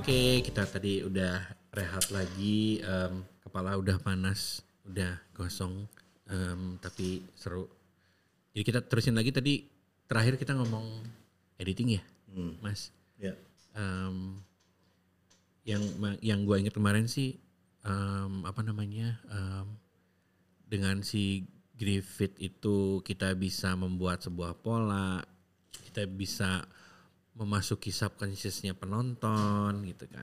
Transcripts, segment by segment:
Oke, kita tadi udah rehat lagi, kepala udah panas, udah gosong, tapi seru. Jadi kita terusin lagi tadi, terakhir kita ngomong editing ya, Mas. Ya. Yang gue inget kemarin sih, dengan si Griffith itu kita bisa membuat sebuah pola, kita bisa memasuki subconsciousnya penonton gitu kan.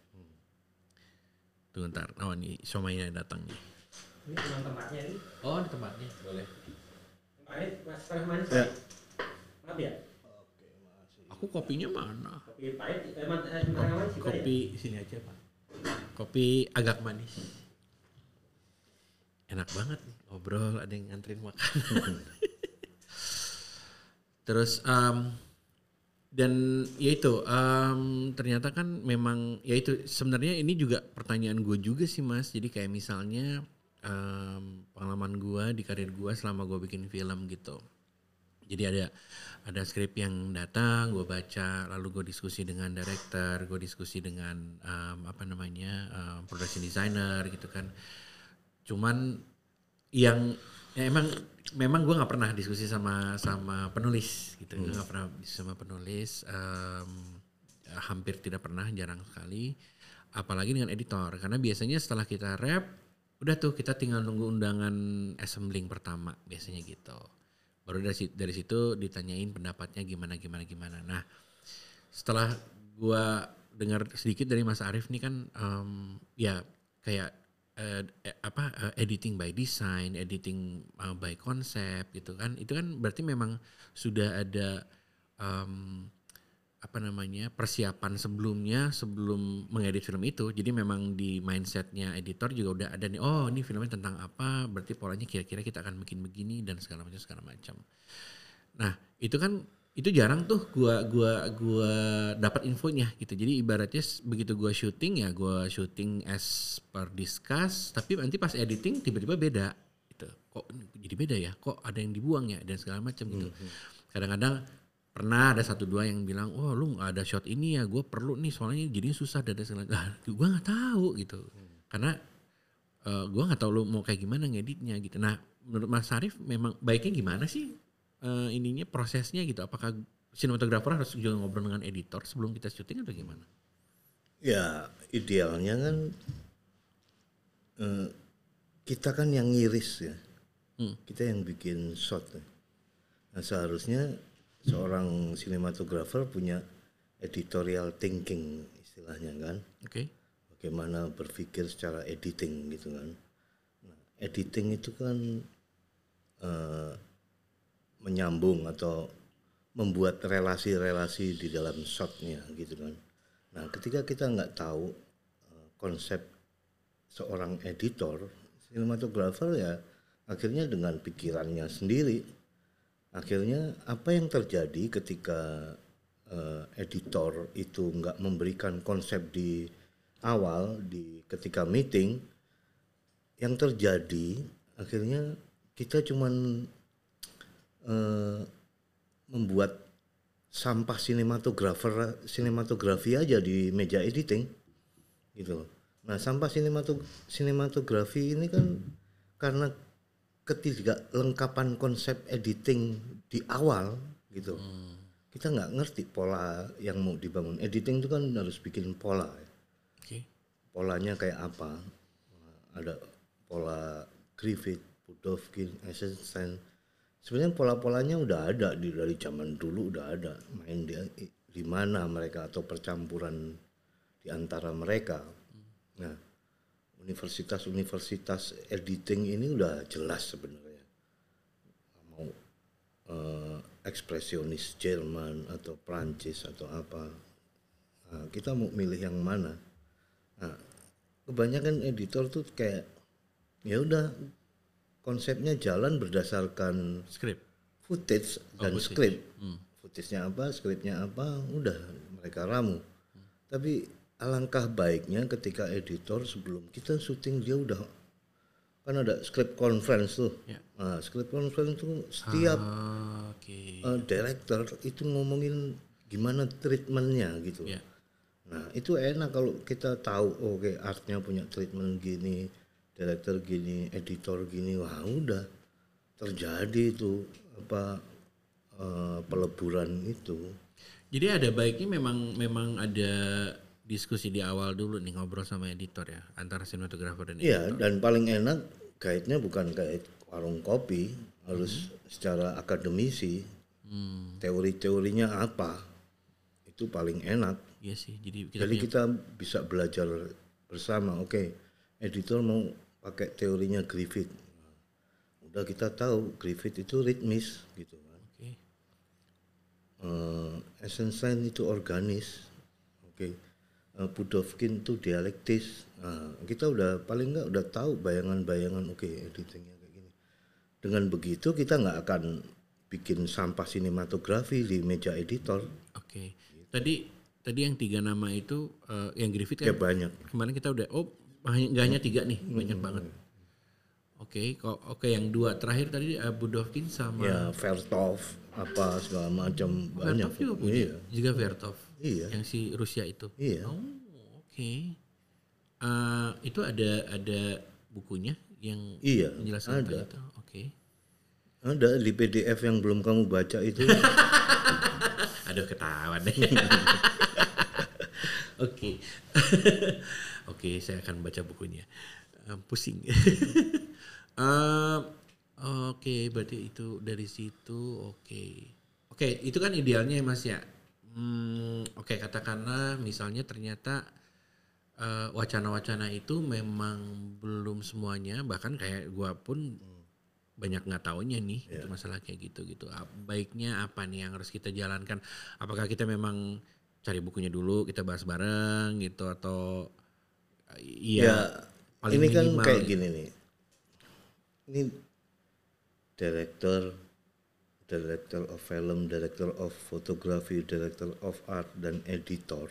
Tuh ntar, nih Somainya datang nih. Ini memang tempatnya nih. Oh, di tempatnya, boleh. Pahit, Mas Farah manis. Ya. Maaf ya. Aku kopinya mana? Kopi pahit, manis sih pahit. Kopi sini aja Pak. Kopi agak manis. Enak banget nih, ngobrol ada yang nganterin makanan. Terus dan ya itu ternyata kan memang ya itu sebenarnya ini juga pertanyaan gue juga sih Mas. Jadi kayak misalnya pengalaman gue di karir gue selama gue bikin film gitu. Jadi ada skrip yang datang, gue baca, lalu gue diskusi dengan director, gue diskusi dengan production designer gitu kan. Cuman yang ya memang gue nggak pernah diskusi sama penulis gitu, gue nggak pernah diskusi sama penulis, hampir tidak pernah, jarang sekali, apalagi dengan editor, karena biasanya setelah kita rap, udah tuh kita tinggal nunggu undangan assembling pertama biasanya gitu, baru dari situ ditanyain pendapatnya gimana. Nah setelah gue dengar sedikit dari Mas Arief nih kan, ya kayak editing by design, editing by concept gitu kan. Itu kan berarti memang sudah ada persiapan sebelum mengedit film itu. Jadi memang di mindsetnya editor juga udah ada nih, oh ini filmnya tentang apa, berarti polanya kira-kira kita akan bikin begini dan segala macam. Nah itu jarang tuh gua dapat infonya gitu. Jadi ibaratnya begitu gua syuting ya gua syuting as per discuss, tapi nanti pas editing tiba-tiba beda gitu. Kok jadi beda ya? Kok ada yang dibuang ya dan segala macam gitu. Kadang-kadang pernah ada 1-2 yang bilang, "Oh, lu enggak ada shot ini ya, gua perlu nih soalnya jadinya susah dan segala." Lah, gua enggak tahu gitu. Karena gua enggak tahu lu mau kayak gimana ngeditnya gitu. Nah, menurut Mas Arief memang baiknya gimana sih? Ininya prosesnya gitu, apakah sinematografer harus juga ngobrol dengan editor sebelum kita syuting atau gimana? Ya idealnya kan kita kan yang ngiris ya, kita yang bikin shot. Nah seharusnya seorang sinematografer punya editorial thinking istilahnya kan. Oke. Bagaimana berpikir secara editing gitu kan. Nah, editing itu kan menyambung atau membuat relasi-relasi di dalam shotnya gitu kan. Nah ketika kita nggak tahu konsep seorang editor, sinematografer ya akhirnya dengan pikirannya sendiri, akhirnya apa yang terjadi ketika editor itu nggak memberikan konsep di awal, ketika meeting, yang terjadi akhirnya kita cuman membuat sampah sinematografi aja di meja editing gitu. Nah sampah sinematografi ini kan karena ketidaklengkapan konsep editing di awal gitu. Kita nggak ngerti pola yang mau dibangun. Editing itu kan harus bikin pola. Okay. Polanya kayak apa? Ada pola Griffith, Pudovkin, Eisenstein. Sebenarnya pola-polanya udah ada dari zaman dulu, udah ada. Main di mana mereka atau percampuran di antara mereka. Nah, universitas editing ini udah jelas sebenarnya. Mau ekspresionis Jerman atau Prancis atau apa. Nah, kita mau milih yang mana? Nah, kebanyakan editor tuh kayak ya udah konsepnya jalan berdasarkan Skrip, footage dan skrip. Footage-nya apa, skripnya apa, udah mereka ramu. Tapi alangkah baiknya ketika editor sebelum kita syuting dia udah kan ada script conference tuh. Yeah. Nah, script conference tuh setiap director itu ngomongin gimana treatmentnya gitu. Yeah. Nah itu enak kalau kita tahu oke artnya punya treatment gini, director gini, editor gini, wah udah terjadi itu apa peleburan itu. Jadi ada baiknya memang ada diskusi di awal dulu nih ngobrol sama editor ya antara sinematografer dan Iya, editor. dan paling enak guide-nya bukan kayak warung kopi, harus secara akademisi. Teori-teorinya apa? Itu paling enak. Iya sih. Jadi Jadi kita bisa belajar bersama. Oke, editor mau pakai teorinya Griffith. Udah kita tahu Griffith itu ritmis gitu kan. Oke. Eisenstein itu organis. Oke. Pudovkin itu dialektis. Nah, kita udah paling nggak udah tahu bayangan-bayangan oke editingnya kayak gini. Dengan begitu kita nggak akan bikin sampah sinematografi di meja editor. Oke. Tadi yang 3 nama itu yang Griffith Ya kan banyak. kemarin kita udah nggak hanya 3 nih, banyak banget. Oke, yang 2 terakhir tadi Budovkin sama Ya Vertov apa segala macam banyak. Vertov juga punya. Iya. Juga Vertov. Iya. Yang si Rusia itu. Iya. Oh, oke. Itu ada bukunya yang Iya, menjelaskan ada. tentang itu. Oke. Ada di PDF yang belum kamu baca itu. Aduh ketawa deh. Oke. Oke, saya akan baca bukunya. Pusing. Oke, berarti itu dari situ. Oke, itu kan idealnya ya Mas ya. Oke, katakanlah misalnya ternyata wacana-wacana itu memang belum semuanya, bahkan kayak gua pun banyak nggak taunya nih itu masalah kayak gitu. Baiknya apa nih yang harus kita jalankan? Apakah kita memang cari bukunya dulu, kita bahas bareng gitu atau Ya, paling ini kan minimal kayak gitu. gini nih. Ini director of film, director of photography, director of art dan editor.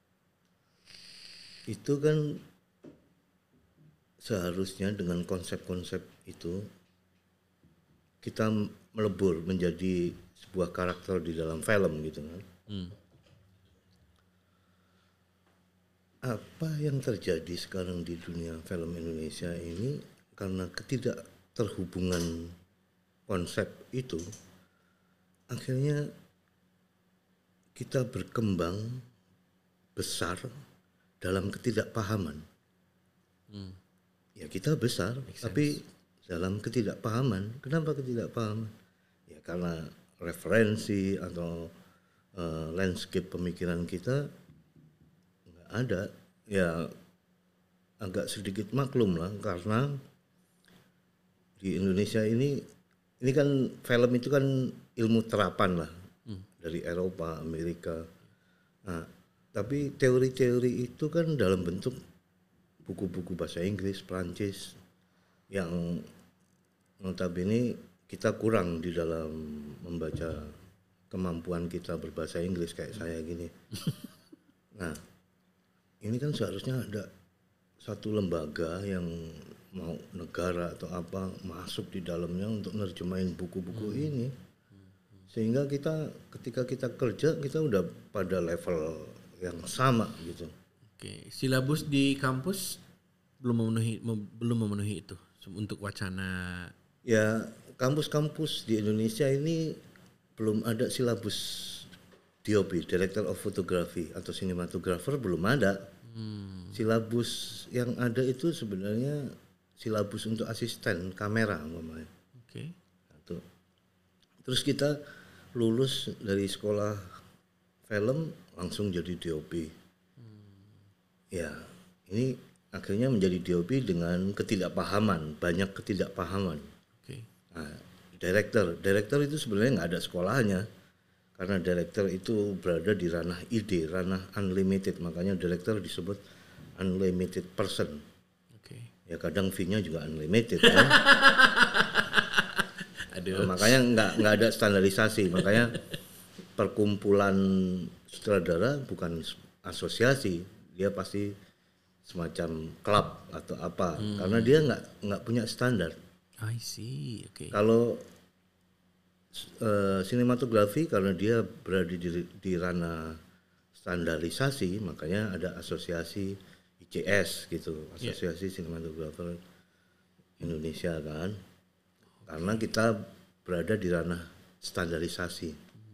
Itu kan seharusnya dengan konsep-konsep itu kita melebur menjadi sebuah karakter di dalam film gitu kan. Apa yang terjadi sekarang di dunia film Indonesia ini karena ketidakterhubungan konsep itu akhirnya kita berkembang besar dalam ketidakpahaman. Ya kita besar tapi dalam ketidakpahaman. Kenapa ketidakpahaman? Ya karena referensi atau landscape pemikiran kita nggak ada. Ya agak sedikit maklum lah karena di Indonesia ini kan film itu kan ilmu terapan lah dari Eropa, Amerika. Nah, tapi teori-teori itu kan dalam bentuk buku-buku bahasa Inggris, Prancis yang notabene kita kurang di dalam membaca kemampuan kita berbahasa Inggris kayak saya gini. Nah, ini kan seharusnya ada satu lembaga yang mau negara atau apa masuk di dalamnya untuk nerjemahin buku-buku ini. Sehingga kita ketika kita kerja kita udah pada level yang sama gitu. Oke, silabus di kampus belum memenuhi itu untuk wacana. Ya, kampus-kampus di Indonesia ini belum ada silabus DOP, Director of Photography atau Cinematographer belum ada. Silabus yang ada itu sebenarnya silabus untuk asisten kamera umpamanya. Oke. Satu. Terus kita lulus dari sekolah film langsung jadi DOP. Ya, ini akhirnya menjadi DOP dengan ketidakpahaman, banyak ketidakpahaman. Oke. Nah, director itu sebenarnya nggak ada sekolahnya karena director itu berada di ranah ide, ranah unlimited, makanya director disebut unlimited person. Oke. Ya kadang fee-nya juga unlimited kan. Aduh. Nah, makanya nggak ada standarisasi, makanya perkumpulan sutradara bukan asosiasi, dia pasti semacam klub atau apa, karena dia nggak punya standar. I see. Oke. Kalau sinematografi karena dia berada di ranah standarisasi, makanya ada asosiasi ICS gitu, Asosiasi Sinematografer Indonesia kan. Karena kita berada di ranah standarisasi.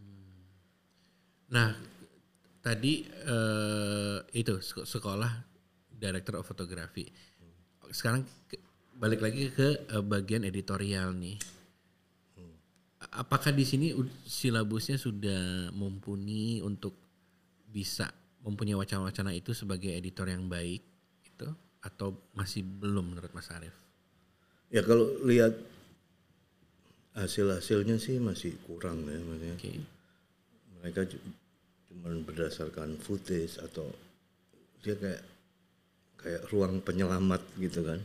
Nah, tadi itu sekolah Director of Photography. Sekarang balik lagi ke bagian editorial nih. Apakah di sini silabusnya sudah mumpuni untuk bisa mempunyai wacana-wacana itu sebagai editor yang baik itu, atau masih belum menurut Mas Arief? Ya kalau lihat hasil-hasilnya sih masih kurang ya, maksudnya. Okay. Mereka cuma berdasarkan footage atau dia kayak ruang penyelamat gitu kan.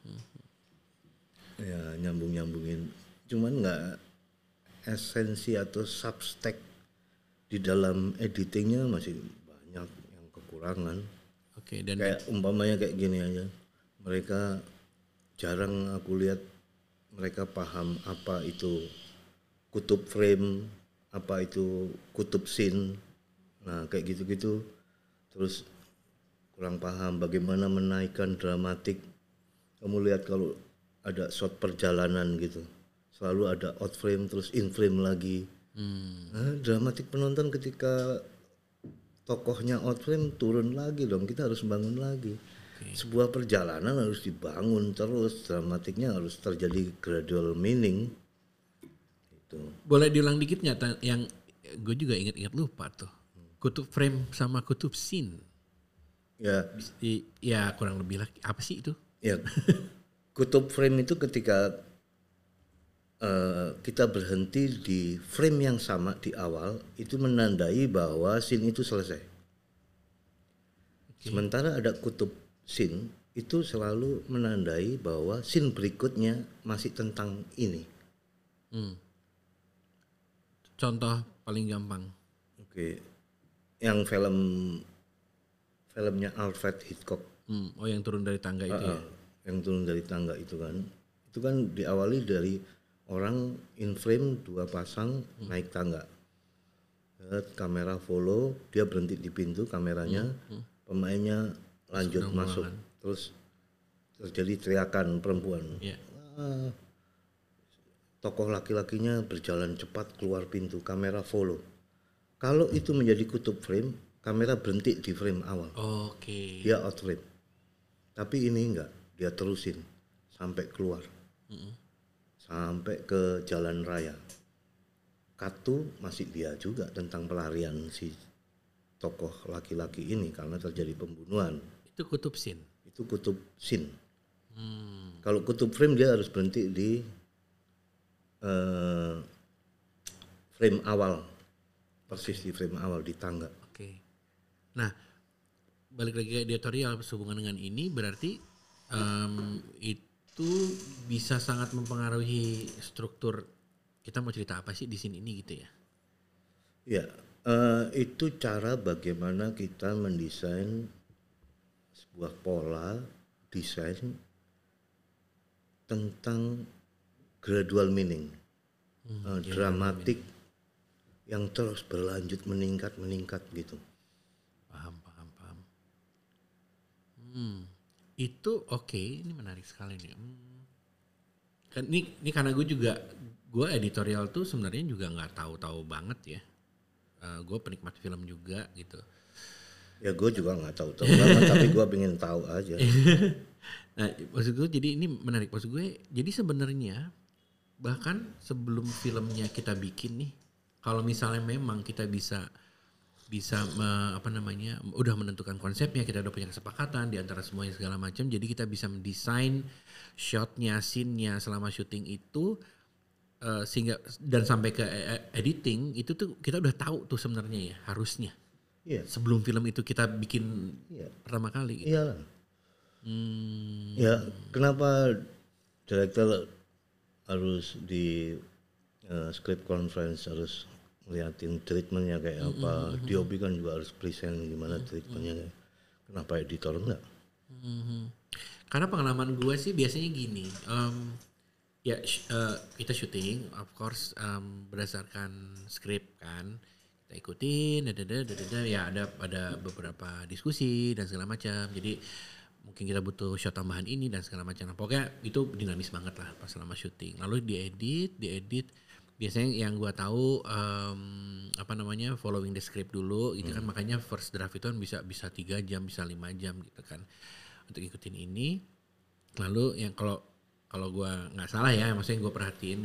Ya nyambungin, cuman nggak esensi atau substack di dalam editingnya masih banyak yang kekurangan. Oke, dan kayak umpamanya kayak gini aja, mereka jarang aku lihat mereka paham apa itu kutub frame, apa itu kutub scene. Nah kayak gitu-gitu, terus kurang paham bagaimana menaikkan dramatik. Kamu lihat kalau ada shot perjalanan gitu, selalu ada out frame terus in frame lagi. Nah, dramatik penonton ketika tokohnya out frame turun lagi dong, kita harus bangun lagi. Sebuah perjalanan harus dibangun terus, dramatiknya harus terjadi gradual meaning. Gitu. Boleh diulang dikit nggak yang gue juga ingat-ingat lupa tuh. Kutub frame sama kutub scene. Ya kurang lebih lah, apa sih itu? Ya, kutub frame itu ketika kita berhenti di frame yang sama di awal, itu menandai bahwa scene itu selesai. Sementara ada kutub scene itu selalu menandai bahwa scene berikutnya masih tentang ini. Contoh paling gampang. Oke. Yang filmnya Alfred Hitchcock. Oh yang turun dari tangga itu ya? Yang turun dari tangga itu kan diawali dari orang in frame 2 pasang naik tangga. Kamera follow, dia berhenti di pintu kameranya, pemainnya lanjut masuk. Terus terjadi teriakan perempuan. Tokoh laki-lakinya berjalan cepat keluar pintu, kamera follow. Kalau itu menjadi kutub frame, kamera berhenti di frame awal. Oke. Dia out frame. Tapi ini enggak, dia terusin sampai keluar. Sampai ke jalan raya. Katu masih dia juga tentang pelarian si tokoh laki-laki ini karena terjadi pembunuhan. Itu kutub scene. Itu kutub scene. Kalau kutub frame dia harus berhenti di frame awal, persis di frame awal di tangga. Oke. Nah, balik lagi ke editorial sehubungan dengan ini berarti itu bisa sangat mempengaruhi struktur kita mau cerita apa sih di sini ini gitu ya? Ya, itu cara bagaimana kita mendesain sebuah pola desain tentang gradual meaning, dramatik yang terus berlanjut meningkat gitu. Paham. Itu oke, ini menarik sekali nih. Kan ini karena gue editorial tuh sebenarnya juga nggak tahu banget ya. Gue penikmat film juga gitu. Ya gue juga nggak tahu banget, tapi gue pengen tahu aja. Nah, maksud gue jadi ini menarik. Maksud gue jadi sebenarnya bahkan sebelum filmnya kita bikin nih, kalau misalnya memang kita bisa udah menentukan konsepnya, kita udah punya kesepakatan di antara semuanya segala macam, jadi kita bisa mendesain shotnya, scene-nya selama syuting itu sehingga dan sampai ke editing itu tuh kita udah tahu tuh sebenarnya ya harusnya. Iya. Sebelum film itu kita bikin pertama kali. Gitu. Iya. Ya kenapa director harus di script conference harus ngeliatin treatmentnya kayak apa, DOP kan juga harus present gimana treatmentnya, kenapa editor enggak? Karena pengalaman gue sih biasanya gini, kita syuting, of course berdasarkan skrip kan, kita ikutin, ya ada beberapa diskusi dan segala macam. Jadi mungkin kita butuh shot tambahan ini dan segala macam. Nah, pokoknya itu dinamis banget lah pas selama syuting. Lalu diedit. Biasanya yang gua tahu following the script dulu gitu kan, makanya first draft itu kan bisa 3 jam, bisa 5 jam gitu kan untuk ikutin ini. Lalu yang kalau gua nggak salah ya, maksudnya gua perhatiin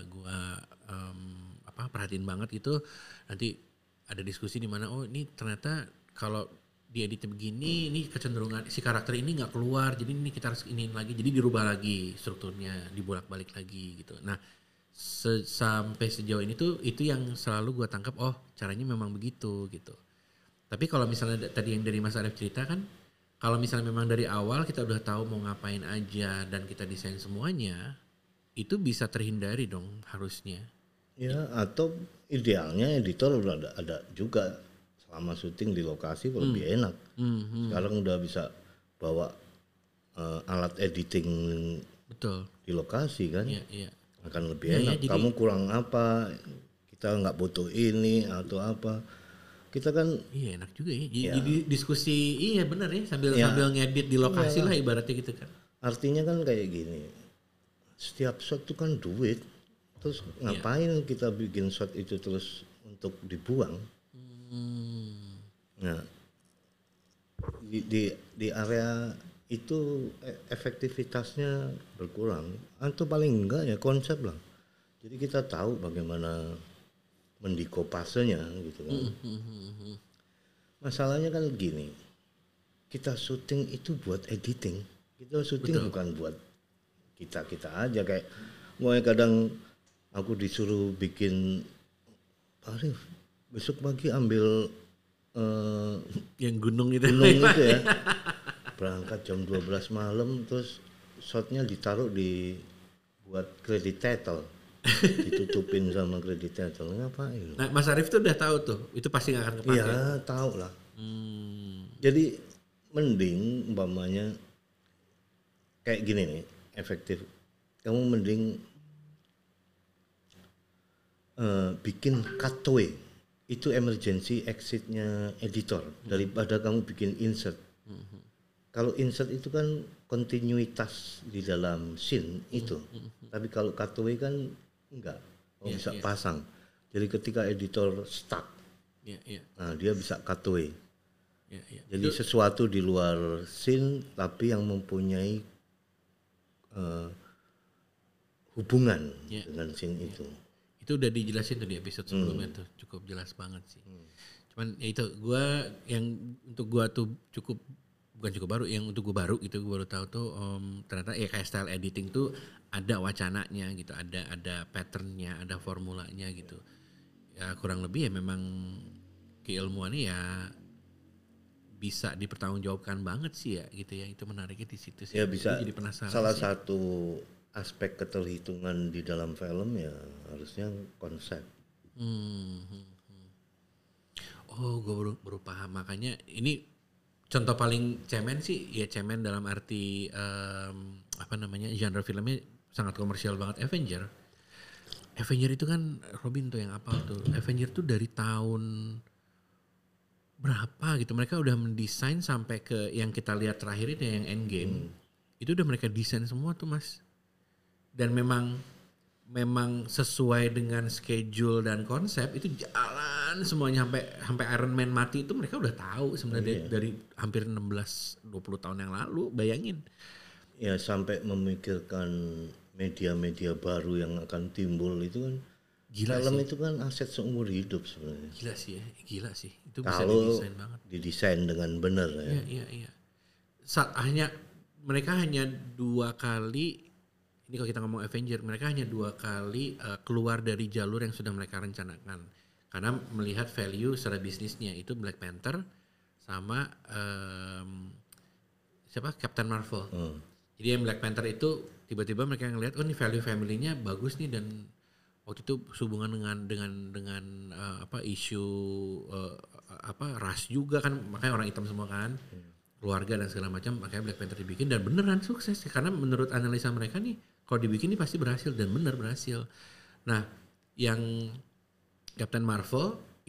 perhatiin banget gitu, nanti ada diskusi di mana ini ternyata kalau dieditnya begini, ini kecenderungan si karakter ini nggak keluar, jadi ini kita harus iniin lagi, jadi dirubah lagi strukturnya, dibolak-balik lagi gitu. Nah sampai sejauh ini tuh itu yang selalu gue tangkap, caranya memang begitu gitu. Tapi kalau misalnya tadi yang dari Mas Arief cerita kan, kalau misalnya memang dari awal kita udah tahu mau ngapain aja dan kita desain semuanya, itu bisa terhindari dong harusnya. Ya, atau idealnya editor udah ada juga selama syuting di lokasi lebih enak. Sekarang udah bisa bawa alat editing betul di lokasi kan, iya. Akan lebih enak. Jadi, kamu kurang apa? Kita nggak butuh ini atau apa? Kita kan enak juga ya. Jadi diskusi benar ya sambil ngedit di lokasi lah ibaratnya gitu kan. Artinya kan kayak gini. Setiap shot itu kan duit. Terus ngapain kita bikin shot itu terus untuk dibuang? Nah, di area itu efektivitasnya berkurang. Atau paling enggak ya konsep lah. Jadi kita tahu bagaimana mendikopasenya gitu kan. Masalahnya kan gini. Kita syuting itu buat editing. Kita syuting bukan buat kita aja, kayak kadang aku disuruh bikin, Arif besok pagi ambil yang gunung itu ya, berangkat jam 12 malam, terus shotnya ditaruh buat kredit title, ditutupin sama kredit title, ngapain? Nah Mas Arief tuh udah tahu tuh, itu pasti gak akan kepake. Iya tahu lah. Jadi mending umpamanya kayak gini nih, efektif. Kamu mending bikin cutaway, itu emergency exitnya editor, daripada kamu bikin insert. Kalau insert itu kan kontinuitas di dalam scene itu, tapi kalau cutaway kan enggak, bisa pasang. Jadi ketika editor stuck, nah dia bisa cutaway. Jadi itu sesuatu di luar scene tapi yang mempunyai hubungan dengan scene itu. Itu udah dijelasin tuh di episode sebelumnya tuh, cukup jelas banget sih. Cuman ya itu untuk gue tuh bukan cukup baru, yang untuk gue baru gitu, gue baru tahu tuh ternyata ya kayak style editing tuh ada wacananya gitu, ada patternnya, ada formulanya gitu. Ya kurang lebih ya memang keilmuannya ya bisa dipertanggungjawabkan banget sih ya gitu ya, itu menariknya di situ sih. Ya bisa. Jadi penasaran salah sih. Satu aspek keterhitungan di dalam film ya harusnya konsep. Oh, gue baru paham. Makanya ini contoh paling cemen sih, ya cemen dalam arti genre filmnya sangat komersial banget. Avenger itu kan Robin tuh yang apal tuh. Avenger tuh dari tahun berapa gitu, mereka udah mendesain sampai ke yang kita lihat terakhir itu yang Endgame. Itu udah mereka desain semua tuh Mas. Dan memang sesuai dengan schedule dan konsep, itu jalan semuanya sampai Iron Man mati itu mereka udah tahu sebenarnya dari hampir 16-20 tahun yang lalu, bayangin. Ya sampai memikirkan media-media baru yang akan timbul itu kan. Gila film sih. Itu kan aset seumur hidup sebenarnya. Gila sih. Itu kalau bisa didesain banget. Didesain dengan benar ya. Iya. Mereka hanya 2 kali. Ini kalau kita ngomong Avenger, mereka hanya 2 kali keluar dari jalur yang sudah mereka rencanakan. Karena melihat value secara bisnisnya, itu Black Panther sama Captain Marvel. Jadi yang Black Panther itu tiba-tiba mereka ngelihat, ini value family-nya bagus nih, dan waktu itu hubungan dengan isu ras juga kan, makanya orang hitam semua kan, keluarga dan segala macam, makanya Black Panther dibikin dan beneran sukses karena menurut analisa mereka nih, kalau dibikin ini pasti berhasil, dan bener berhasil. Nah, yang Captain Marvel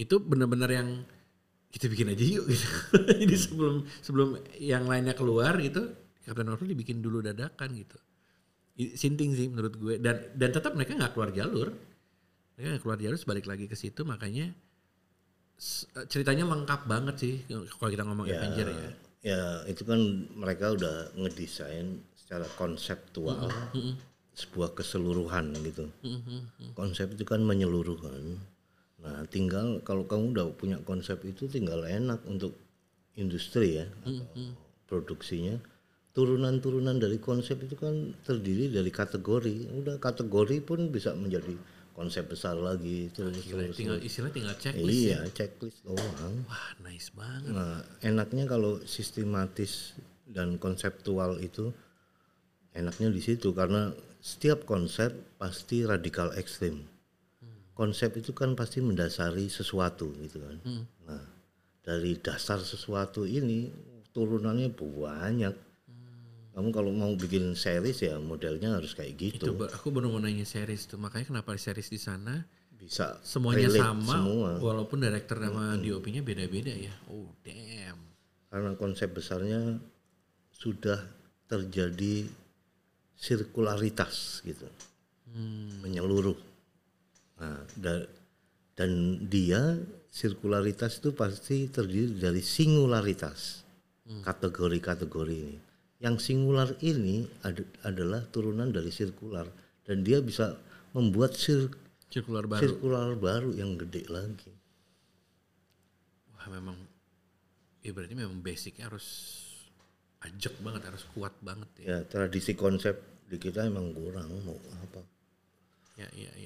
itu benar-benar yang kita bikin aja yuk gitu. Jadi sebelum yang lainnya keluar gitu, Captain Marvel dibikin dulu dadakan gitu. Sinting sih menurut gue, dan tetap mereka nggak keluar jalur. Mereka nggak keluar jalur, balik lagi ke situ, makanya ceritanya lengkap banget sih kalau kita ngomong Avenger ya. Ya itu kan mereka udah ngedesain secara konseptual sebuah keseluruhan gitu. Konsep itu kan menyeluruh kan. Nah tinggal kalau kamu udah punya konsep itu tinggal enak untuk industri ya atau produksinya. Turunan-turunan dari konsep itu kan terdiri dari kategori. Udah kategori pun bisa menjadi konsep besar lagi terus. Tinggal checklist. Iya, checklist doang. Wah, nice banget. Nah, enaknya kalau sistematis dan konseptual itu enaknya di situ karena setiap konsep pasti radikal ekstrim. Konsep itu kan pasti mendasari sesuatu gitu kan. Nah, dari dasar sesuatu ini turunannya banyak. Kamu kalau mau bikin series ya modelnya harus kayak gitu. Itu aku baru mau nanya series tuh, makanya kenapa series di sana Bisa semuanya relate sama, semua. walaupun director sama DOP-nya beda-beda ya. Oh damn. Karena konsep besarnya sudah terjadi sirkularitas gitu, menyeluruh. Nah, dan dia sirkularitas itu pasti terdiri dari singularitas, kategori-kategori ini. Yang singular ini adalah turunan dari sirkular dan dia bisa membuat Sirkular baru. sirkular baru yang gede lagi. Wah memang, ya berarti memang basicnya harus ajak banget, harus kuat banget ya. Ya tradisi konsep di kita emang kurang mau apa. Ya.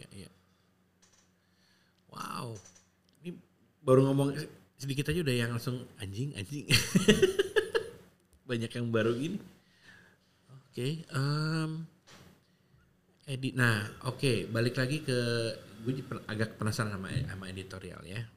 Wow, ini baru ngomong sedikit aja udah yang langsung anjing. Banyak yang baru gini. Oke, balik lagi ke gue agak penasaran sama editorial ya.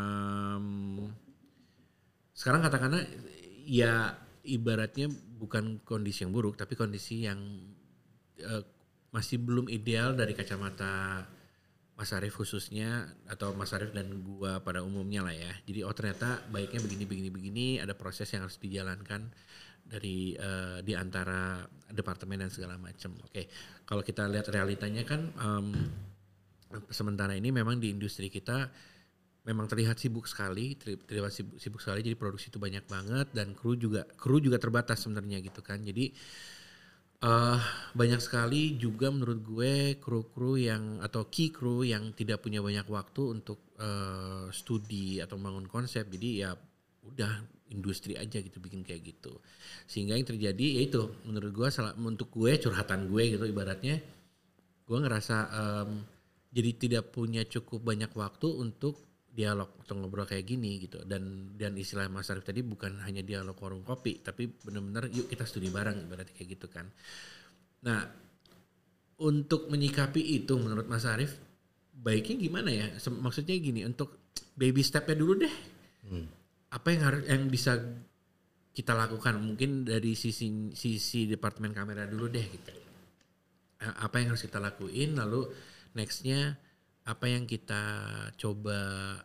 Sekarang katakanlah ya ibaratnya bukan kondisi yang buruk, tapi kondisi yang masih belum ideal dari kacamata Mas Arief khususnya, atau Mas Arief dan gua pada umumnya lah ya. Jadi ternyata baiknya begini, ada proses yang harus dijalankan dari di antara departemen dan segala macam. Oke, kalau kita lihat realitanya kan sementara ini memang di industri kita memang terlihat sibuk sekali, jadi produksi itu banyak banget dan kru juga terbatas sebenarnya gitu kan. Jadi banyak sekali juga menurut gue kru-kru yang atau key kru yang tidak punya banyak waktu untuk studi atau membangun konsep. Jadi ya udah industri aja gitu bikin kayak gitu. Sehingga yang terjadi yaitu menurut gue untuk gue curhatan gue gitu ibaratnya gue ngerasa jadi tidak punya cukup banyak waktu untuk dialog atau ngobrol kayak gini gitu, dan istilah Mas Arief tadi bukan hanya dialog warung kopi tapi benar-benar yuk kita studi bareng ibaratnya kayak gitu kan. Nah untuk menyikapi itu menurut Mas Arief baiknya gimana ya, maksudnya gini, untuk baby stepnya dulu deh. Apa yang bisa kita lakukan mungkin dari sisi departemen kamera dulu deh gitu. Apa yang harus kita lakuin, lalu nextnya apa yang kita coba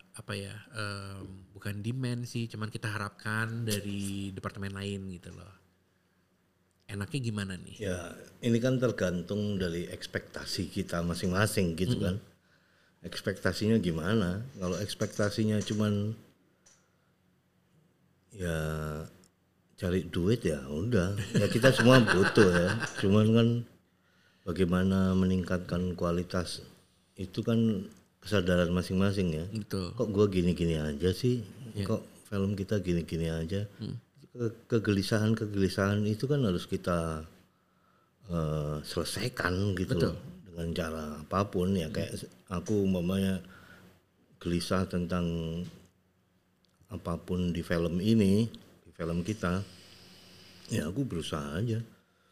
bukan demand sih, cuman kita harapkan dari departemen lain gitu loh. Enaknya gimana nih? Ya ini kan tergantung dari ekspektasi kita masing-masing gitu kan. Ekspektasinya gimana? Kalau ekspektasinya cuman ya cari duit ya udah. Ya kita semua butuh ya. Cuman kan bagaimana meningkatkan kualitas itu kan kesadaran masing-masing ya. Betul. Kok gue gini-gini aja sih? Kok film kita gini-gini aja? Kegelisahan itu kan harus kita selesaikan gitu. Betul. Loh, dengan cara apapun ya. Kayak aku umpamanya gelisah tentang apapun di film ini, di film kita, ya aku berusaha aja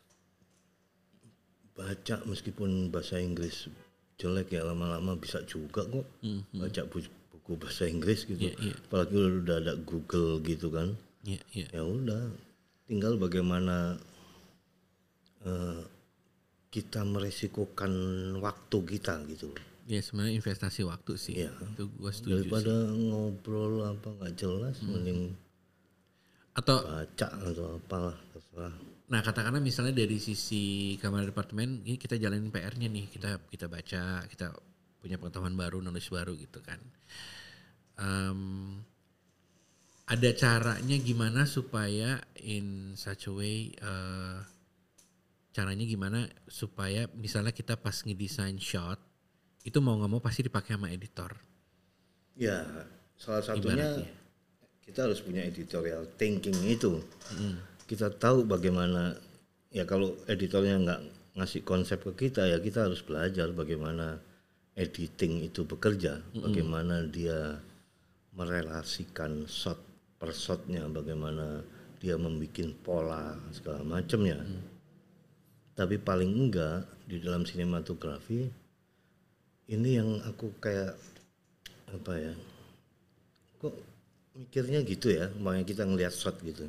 baca meskipun bahasa Inggris jelek ya, lama-lama bisa juga kok baca buku bahasa Inggris gitu. Apalagi udah ada Google gitu kan. Ya udah, tinggal bagaimana kita meresikokan waktu kita gitu. Ya sebenarnya investasi waktu sih. Iya. Itu gue setuju Daripada sih. ngobrol apa nggak jelas, mending Atau baca atau apalah terserah. nah katakanlah misalnya dari sisi kamar departemen ini kita jalanin PR-nya nih, kita baca, kita punya pengetahuan baru, knowledge baru gitu kan. Ada caranya gimana supaya in such a way caranya gimana supaya misalnya kita pas ngedesain shot itu mau nggak mau pasti dipakai sama editor. Ya, salah satunya Ibaratnya. kita harus punya editorial thinking itu. Kita tahu bagaimana, ya kalau editornya nggak ngasih konsep ke kita, ya kita harus belajar bagaimana editing itu bekerja, bagaimana dia merelasikan shot per shotnya, bagaimana dia membuat pola segala macamnya. Tapi paling enggak di dalam sinematografi ini yang aku kayak apa ya, kok mikirnya gitu ya, makanya kita ngelihat shot gitu.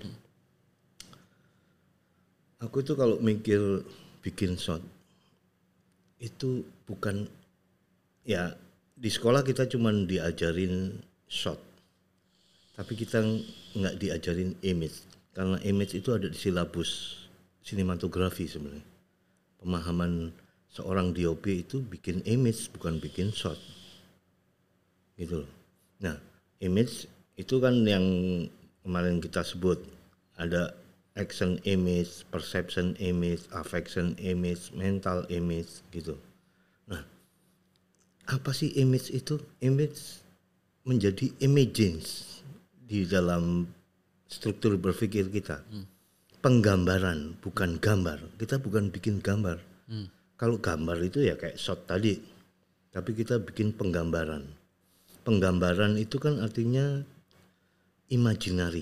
Aku tuh kalau mikir bikin shot itu bukan, ya di sekolah kita cuman diajarin shot, tapi kita nggak diajarin image, karena image itu ada di silabus sinematografi sebenarnya. Pemahaman seorang DOP itu bikin image bukan bikin shot gitu loh. Nah, image itu kan yang kemarin kita sebut, ada action image, perception image, affection image, mental image gitu. Nah, apa sih image itu? Image menjadi images di dalam struktur berpikir kita. Penggambaran, bukan gambar. Kita bukan bikin gambar. Kalau gambar itu ya kayak shot tadi, tapi kita bikin penggambaran. Penggambaran itu kan artinya imaginary,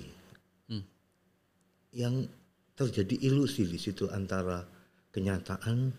yang terjadi ilusi di situ antara kenyataan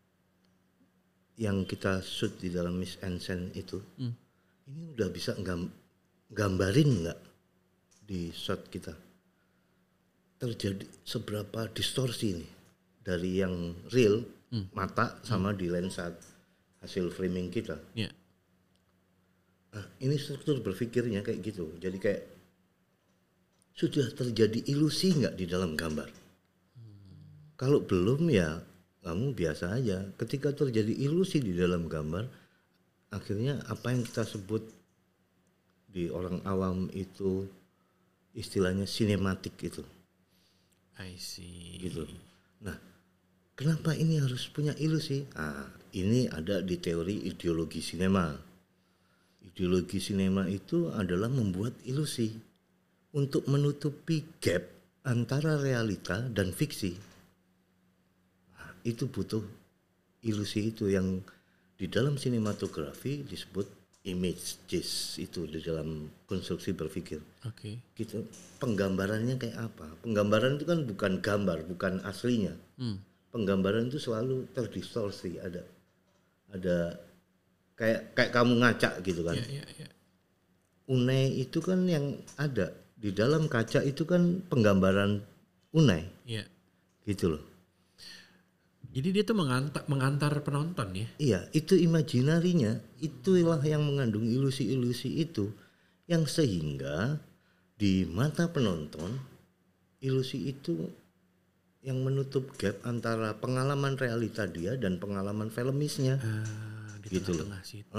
yang kita shoot di dalam mise en scène itu. Ini udah bisa gambarin nggak di shot kita? Terjadi seberapa distorsi nih dari yang real mata sama di lensa hasil framing kita. Yeah. Nah, ini struktur berpikirnya kayak gitu. Jadi kayak sudah terjadi ilusi nggak di dalam gambar? Kalau belum ya kamu biasa aja. Ketika terjadi ilusi di dalam gambar, akhirnya apa yang kita sebut di orang awam itu istilahnya sinematik itu. I see. Gitu. Nah, kenapa ini harus punya ilusi? Ah, ini ada di teori ideologi sinema. Ideologi sinema itu adalah membuat ilusi untuk menutupi gap antara realita dan fiksi. Nah, itu butuh ilusi itu yang di dalam sinematografi disebut images itu di dalam konstruksi berpikir. Oke. Gitu. Penggambarannya kayak apa? Penggambaran itu kan bukan gambar, bukan aslinya. Penggambaran itu selalu terdistorsi, ada kayak kamu ngaca gitu kan. Yeah. Unai itu kan yang ada di dalam kaca itu kan penggambaran unai. Iya. Gitu loh. Jadi dia tuh mengantar penonton ya. Iya, itu imaginarinya, itulah yang mengandung ilusi-ilusi itu, yang sehingga di mata penonton ilusi itu yang menutup gap antara pengalaman realita dia dan pengalaman filmisnya. Di Gitu tengah-tengah situ.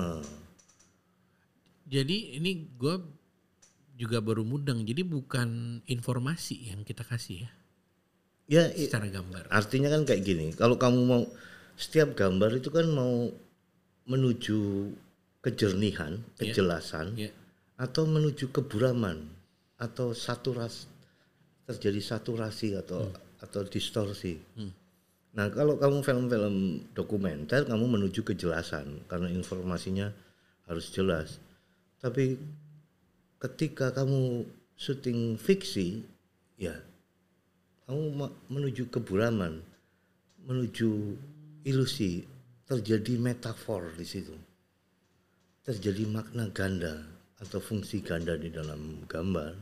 Jadi ini gue juga baru mudeng. Jadi bukan informasi yang kita kasih ya. Ya, Secara gambar. artinya kan kayak gini, kalau kamu mau, setiap gambar itu kan mau menuju kejernihan, kejelasan, atau menuju keburaman, atau terjadi saturasi atau distorsi. Nah, kalau kamu film-film dokumenter, kamu menuju kejelasan karena informasinya harus jelas. Tapi ketika kamu syuting fiksi, ya kamu menuju keburaman, menuju ilusi, terjadi metafor di situ, terjadi makna ganda atau fungsi ganda di dalam gambar.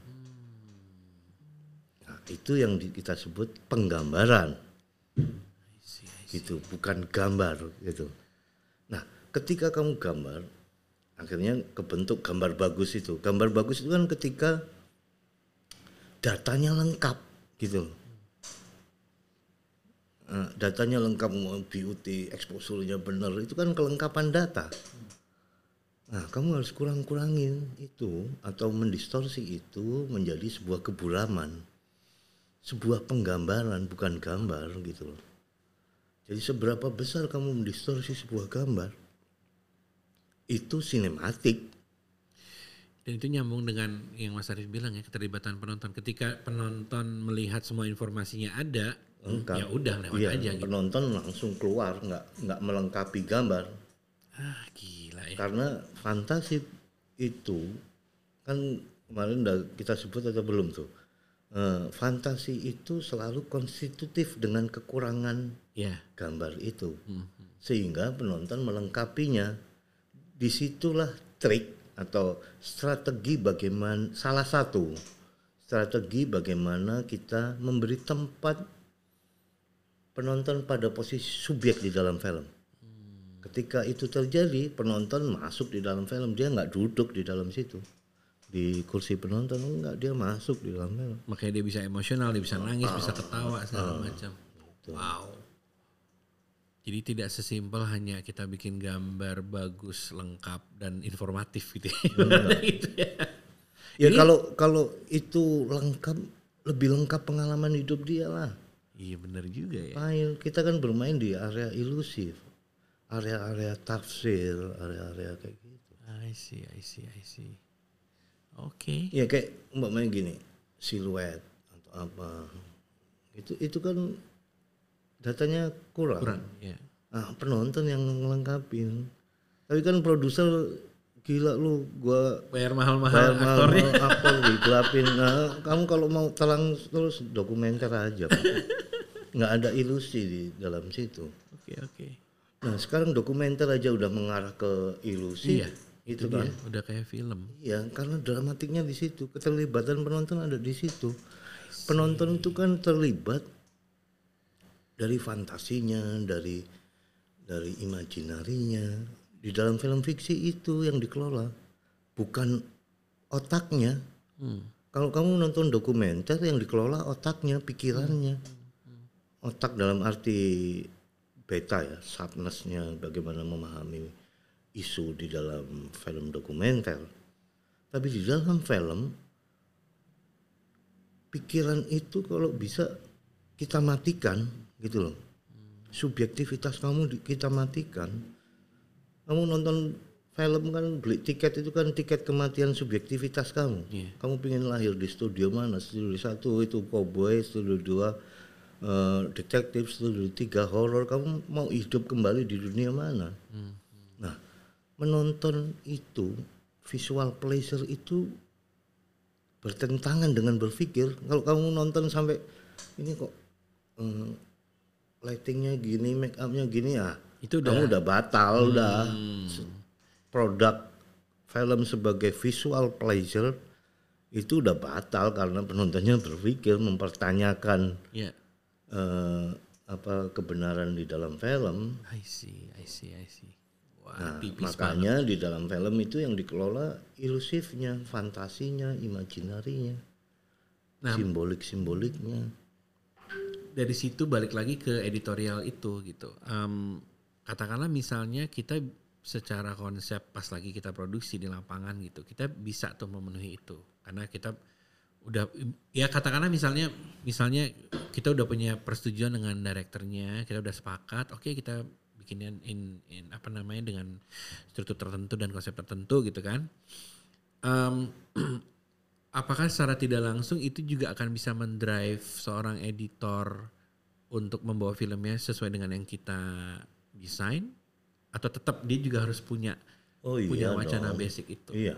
Nah, itu yang kita sebut penggambaran, gitu, bukan gambar, gitu. Nah, ketika kamu gambar, akhirnya kebentuk gambar bagus itu. Gambar bagus itu kan ketika datanya lengkap gitu loh. Datanya lengkap, beauty, exposure-nya benar, itu kan kelengkapan data. Nah, kamu harus kurangin itu atau mendistorsi itu menjadi sebuah keburaman, sebuah penggambaran, bukan gambar gitu loh. Jadi seberapa besar kamu mendistorsi sebuah gambar, itu sinematik. Dan itu nyambung dengan yang Mas Arif bilang ya, keterlibatan penonton. Ketika penonton melihat semua informasinya ada, Lengkap. ya udah lewat Iya, aja gitu. penonton langsung keluar, nggak melengkapi gambar. Gila ya. Karena fantasi itu kan kemarin udah kita sebut atau belum tuh? Fantasi itu selalu konstitutif dengan kekurangan Ya. gambar itu, sehingga penonton melengkapinya. Disitulah trik atau strategi bagaimana, salah satu strategi bagaimana kita memberi tempat penonton pada posisi subjek di dalam film. Ketika itu terjadi, penonton masuk di dalam film, dia nggak duduk di dalam situ di kursi penonton, enggak, dia masuk di dalam film. Makanya dia bisa emosional, dia bisa nangis, bisa ketawa segala macam. Wow. Jadi tidak sesimpel hanya kita bikin gambar bagus, lengkap dan informatif gitu ya. Gitu ya. Ya kalau itu lengkap, lebih lengkap pengalaman hidup dia lah. Iya benar juga ya. File kita kan bermain di area ilusif, area-area tafsir, area-area kayak gitu. I see. Oke. Ya kayak umpamanya gini, siluet atau apa, itu kan datanya kurang. Ya. Nah, penonton yang ngelengkapin. Tapi kan produser gila lu, gua Bayar mahal-mahal aktornya. aktor digelapin. Nah, kamu kalau mau terus dokumenter aja, Pak. Nggak ada ilusi di dalam situ. Oke. Nah, sekarang dokumenter aja udah mengarah ke ilusi. Iya. Itu Itu kan. dia, udah kayak film. Iya, karena dramatiknya di situ, keterlibatan penonton ada di situ. Penonton itu kan terlibat dari fantasinya, dari imajinarinya. Di dalam film fiksi itu yang dikelola, bukan otaknya. Kalau kamu nonton dokumenter, yang dikelola otaknya, pikirannya. Otak dalam arti beta ya, sharpness-nya, bagaimana memahami isu di dalam film dokumenter. Tapi di dalam film, pikiran itu kalau bisa kita matikan gitu loh. Subjektivitas kamu kita matikan. Kamu nonton film kan, beli tiket itu kan tiket kematian subjektivitas kamu. Iya. Kamu pengen lahir di studio mana? Studio 1 itu cowboy, studio 2 detektif, studio 3 horor. Kamu mau hidup kembali di dunia mana? Nah, menonton itu, visual pleasure itu bertentangan dengan berpikir. Kalau kamu nonton sampai ini kok lightingnya gini, make upnya gini, ya Itu kamu udah batal, udah produk film sebagai visual pleasure itu udah batal karena penontonnya berpikir, mempertanyakan Ya. apa kebenaran di dalam film. I see. Wah, Nah, tipis makanya di dalam film itu yang dikelola ilusifnya, fantasinya, imajinarinya, Nah, simboliknya. dari situ balik lagi ke editorial itu gitu. Katakanlah misalnya kita secara konsep pas lagi kita produksi di lapangan gitu, kita bisa tuh memenuhi itu karena kita udah, ya katakanlah misalnya kita udah punya persetujuan dengan direkturnya, kita udah sepakat, oke, kita bikinnya in apa namanya dengan struktur tertentu dan konsep tertentu gitu kan. Apakah secara tidak langsung itu juga akan bisa mendrive seorang editor untuk membawa filmnya sesuai dengan yang kita desain, atau tetap dia juga harus punya wacana dong. basic itu? Iya,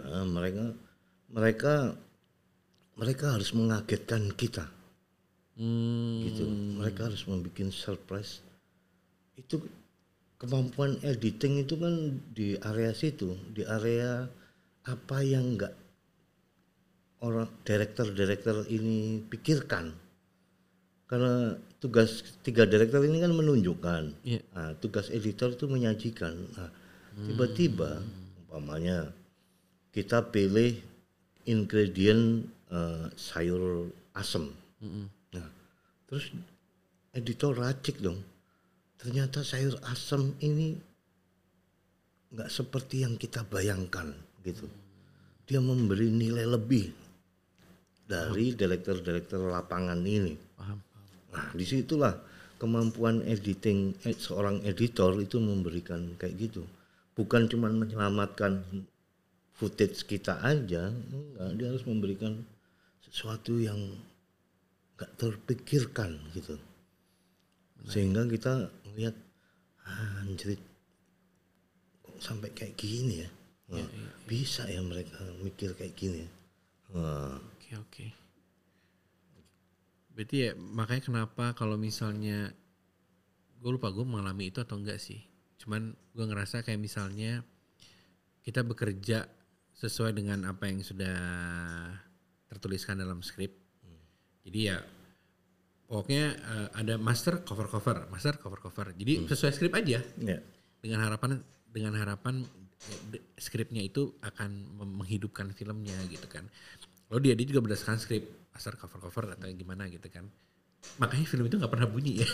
mereka harus mengagetkan kita. Gitu. Mereka harus membuat surprise. Itu kemampuan editing itu kan di area situ, di area apa yang enggak orang direktur ini pikirkan. Karena tugas 3 direktur ini kan menunjukkan. Yeah. Nah, tugas editor itu menyajikan. Nah, Tiba-tiba umpamanya kita pilih ingredient sayur asem. Nah, terus editor racik dong. Ternyata sayur asem ini nggak seperti yang kita bayangkan gitu. Dia memberi nilai lebih dari direktur-direktur lapangan ini. Paham. Nah, disitulah kemampuan editing seorang editor itu memberikan kayak gitu. Bukan cuma menyelamatkan footage kita aja, enggak, dia harus memberikan sesuatu yang enggak terpikirkan gitu. Sehingga kita melihat anjir kok sampai kayak gini ya. Nah, bisa ya mereka mikir kayak gini ya. Nah, Oke. Berarti ya makanya kenapa kalau misalnya gue lupa gue mengalami itu atau enggak sih. Cuman gue ngerasa kayak misalnya kita bekerja sesuai dengan apa yang sudah tertuliskan dalam skrip. Jadi ya pokoknya ada master cover. Jadi sesuai skrip aja. ya. Dengan harapan skripnya itu akan menghidupkan filmnya gitu kan. Lalu dia juga berdasarkan skrip asal cover atau gimana gitu kan. Makanya film itu nggak pernah bunyi ya.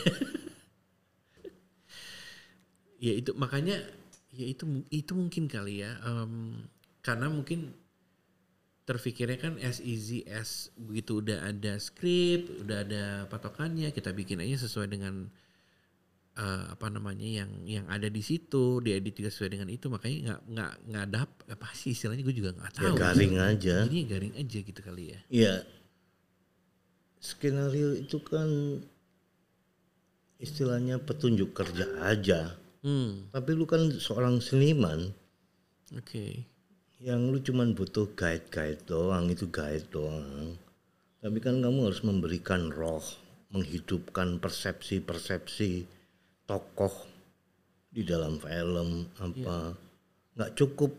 Ya itu makanya ya itu mungkin kali ya. Karena mungkin terfikirnya kan as easy as begitu udah ada skrip, udah ada patokannya, kita bikin aja sesuai dengan yang ada di situ, diedit juga sesuai dengan itu, makanya nggak ada apa sih istilahnya gue juga nggak tahu. Ya garing aja. Ini garing aja gitu kali ya. Iya. Skenario itu kan istilahnya petunjuk kerja aja. Tapi lu kan seorang seniman. Oke. Yang lu cuman butuh guide doang, itu guide doang. Tapi kan kamu harus memberikan roh, menghidupkan persepsi tokoh di dalam film apa. Nggak cukup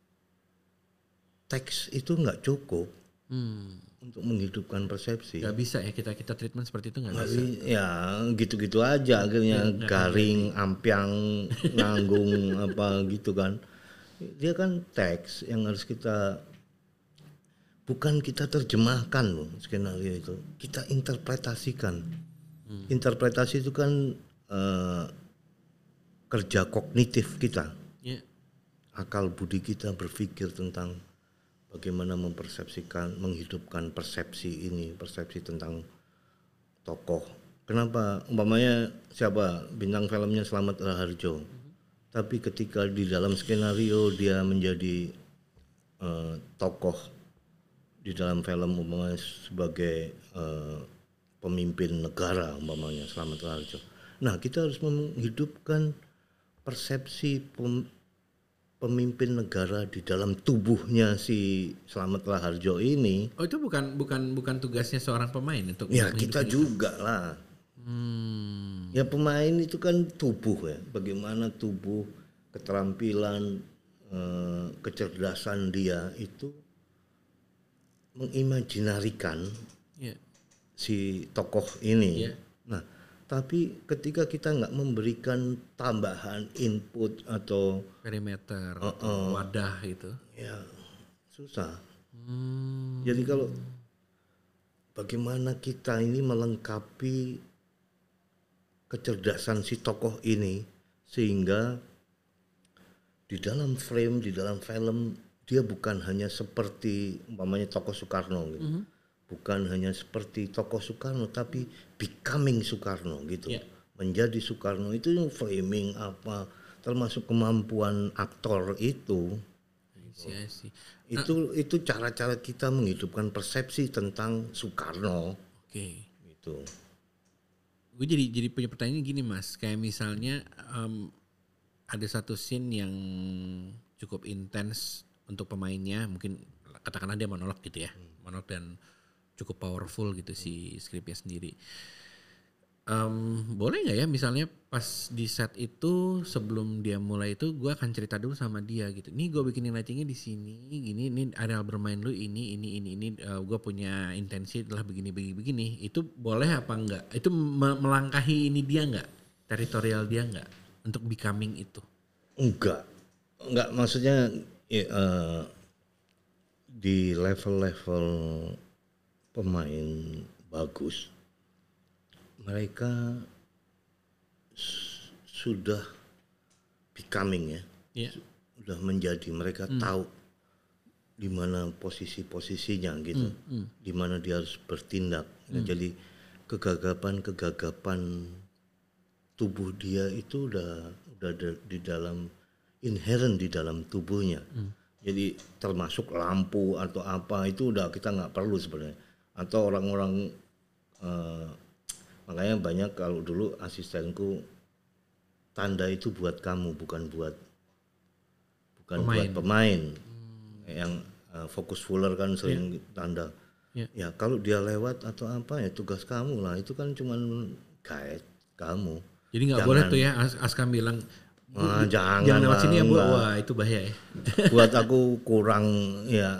teks itu nggak cukup untuk menghidupkan persepsi. Gak bisa ya kita treatment seperti itu nggak bisa. Ya gitu-gitu aja akhirnya garing, ampiang, nanggung apa gitu kan. Dia kan teks yang harus kita bukan kita terjemahkan loh skenario itu, kita interpretasikan. Interpretasi itu kan kerja kognitif kita, akal budi kita berpikir tentang bagaimana mempersepsikan, menghidupkan persepsi ini, persepsi tentang tokoh. Kenapa umpamanya siapa bintang filmnya Slamet Raharjo, tapi ketika di dalam skenario dia menjadi tokoh di dalam film umpamanya sebagai pemimpin negara umpamanya Slamet Raharjo. Nah, kita harus menghidupkan persepsi pemimpin negara di dalam tubuhnya si Slamet Raharjo ini. Oh itu bukan tugasnya seorang pemain untuk ya kita juga lah. Ya pemain itu kan tubuh ya, bagaimana tubuh, keterampilan, kecerdasan dia itu mengimajinarikan si tokoh ini. Nah, tapi ketika kita nggak memberikan tambahan input atau perimeter atau wadah itu, ya susah. Jadi kalau bagaimana kita ini melengkapi kecerdasan si tokoh ini sehingga di dalam frame, di dalam film dia bukan hanya seperti umpamanya tokoh Soekarno gitu. Bukan hanya seperti tokoh Soekarno tapi becoming Soekarno gitu. Menjadi Soekarno itu framing apa termasuk kemampuan aktor itu. Itu cara-cara kita menghidupkan persepsi tentang Soekarno. Gitu. Gue jadi punya pertanyaan gini Mas, kayak misalnya ada satu scene yang cukup intens untuk pemainnya, mungkin katakanlah dia monolog gitu ya, monolog dan cukup powerful gitu si skripnya sendiri. Boleh nggak ya misalnya pas di set itu sebelum dia mulai itu gue akan cerita dulu sama dia gitu. Nih gue bikinin lightingnya di sini, gini, ini areal bermain lu ini, gue punya intensi adalah begini. Itu boleh apa enggak? Itu melangkahi ini dia nggak? Teritorial dia nggak untuk becoming itu? Enggak. Enggak, maksudnya di level-level pemain bagus, mereka sudah becoming ya, Iya. sudah menjadi, mereka tahu di mana posisi-posisinya gitu, di mana dia harus bertindak. Ya, jadi kegagapan tubuh dia itu udah ada di dalam, inherent di dalam tubuhnya. Jadi termasuk lampu atau apa itu udah kita nggak perlu sebenarnya. Atau orang-orang makanya banyak kalau dulu asistenku, tanda itu buat kamu, bukan buat pemain. Yang fokus fuller kan sering tanda. Ya kalau dia lewat atau apa ya tugas kamu lah, itu kan cuman guide kamu. Jadi nggak boleh tuh ya Aska bilang jangan lewat sini ya Bu. enggak. Wah itu bahaya ya. Buat aku kurang ya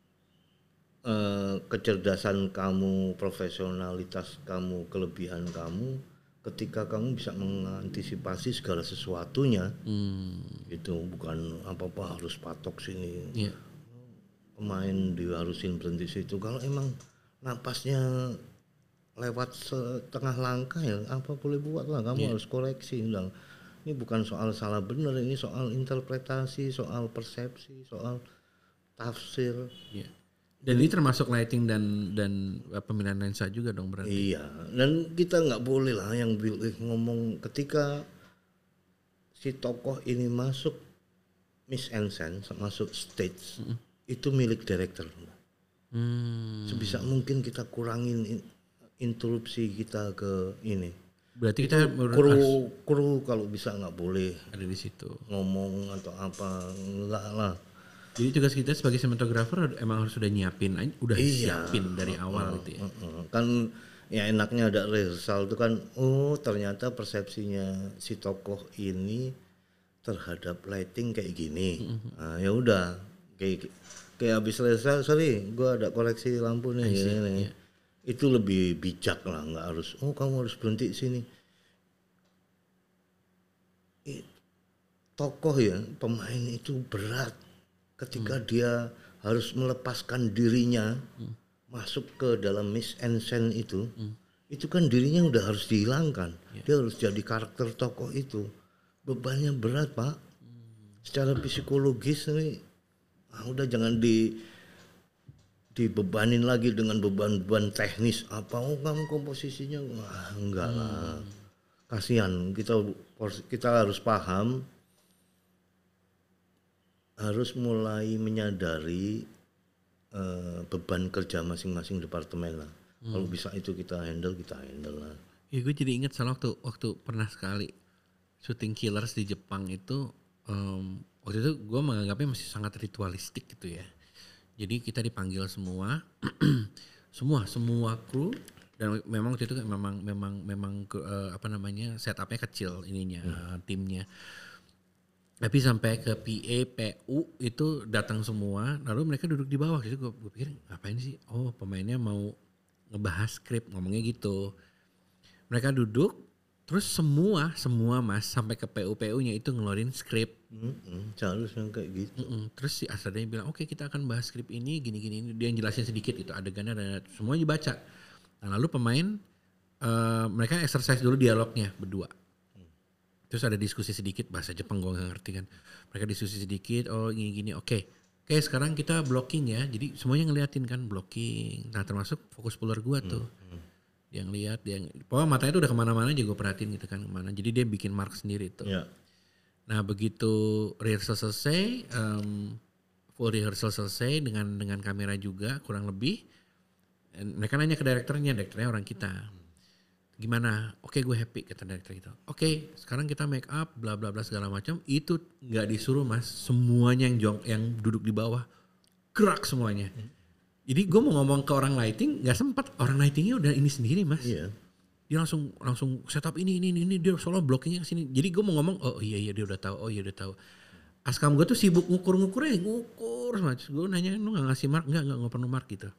kecerdasan kamu, profesionalitas kamu, kelebihan kamu ketika kamu bisa mengantisipasi segala sesuatunya. Itu bukan apa-apa harus patok sini. Iya. Pemain diharusin berhenti situ. Kalau emang napasnya lewat setengah langkah ya apa boleh buat lah, kamu harus koreksi. Ini bukan soal salah benar, ini soal interpretasi, soal persepsi, soal tafsir. Iya. Dan ini termasuk lighting dan pemilihan lensa juga dong berarti. Iya, dan kita nggak boleh lah yang ngomong ketika si tokoh ini masuk mise en scène, masuk stage, itu milik director. Sebisa mungkin kita kurangin interupsi kita ke ini. Berarti Itu kita kru kalau bisa nggak boleh ada di situ. ngomong atau apa, enggak lah. Jadi tugas kita sebagai sinematografer emang harus sudah nyiapin, siapin dari awal gitu ya. Kan ya enaknya ada rehearsal itu kan, oh ternyata persepsinya si tokoh ini terhadap lighting kayak gini. Nah, ya udah kayak habis rehearsal, sorry gue ada koreksi lampu nih gini. Itu lebih bijak lah, nggak harus kamu harus berhenti sini. Tokoh ya, pemain itu berat ketika dia harus melepaskan dirinya masuk ke dalam mise en scène itu kan dirinya udah harus dihilangkan. Dia harus jadi karakter tokoh itu. Bebannya berat Pak. Secara psikologis nih, udah jangan dibebanin lagi dengan beban-beban teknis apa. Kamu komposisinya enggak lah. Kasihan, kita harus paham, harus mulai menyadari beban kerja masing-masing departemen lah. Kalau bisa itu kita handle lah. Ya gue jadi ingat salah waktu pernah sekali syuting Killers di Jepang itu, waktu itu gue menganggapnya masih sangat ritualistik gitu ya. Jadi kita dipanggil semua, semua kru, dan memang waktu itu kan memang setupnya kecil ininya, timnya. Tapi sampai ke PA, PU itu datang semua, lalu mereka duduk di bawah. Jadi gue pikir ngapain sih? Oh pemainnya mau ngebahas skrip, ngomongnya gitu. Mereka duduk, terus semua Mas sampai ke PU-PU-nya itu ngeluarin skrip. Seharusnya kayak gitu. Terus si Asradanya bilang, oke kita akan bahas skrip ini, gini. Dia yang jelasin sedikit itu adegannya dan semuanya dibaca. Nah lalu pemain, mereka exercise dulu dialognya berdua. Terus ada diskusi sedikit, bahasa Jepang gue gak ngerti kan. Mereka diskusi sedikit, gini. Oke, sekarang kita blocking ya. Jadi semuanya ngeliatin kan blocking. Nah termasuk fokus puller gue tuh. Dia ngeliat, pokoknya matanya tuh udah kemana-mana aja gue perhatiin gitu kan. Kemana. Jadi dia bikin mark sendiri tuh. Ya. Nah begitu rehearsal selesai, full rehearsal selesai dengan kamera juga kurang lebih. Mereka nanya ke direkturnya orang kita. Gimana? Oke, gue happy kata direktur gitu. Oke, sekarang kita make up bla bla bla segala macam. Itu nggak disuruh Mas, semuanya yang duduk di bawah gerak semuanya. Jadi gue mau ngomong ke orang lighting nggak sempat, orang lightingnya udah ini sendiri Mas. Iya. Dia langsung setup ini dia soalnya blockingnya kesini. Jadi gue mau ngomong iya dia udah tahu. Askam gue tuh sibuk ngukur Mas. Gue nanya lu nggak ngasih mark? Nggak perlu mark gitu.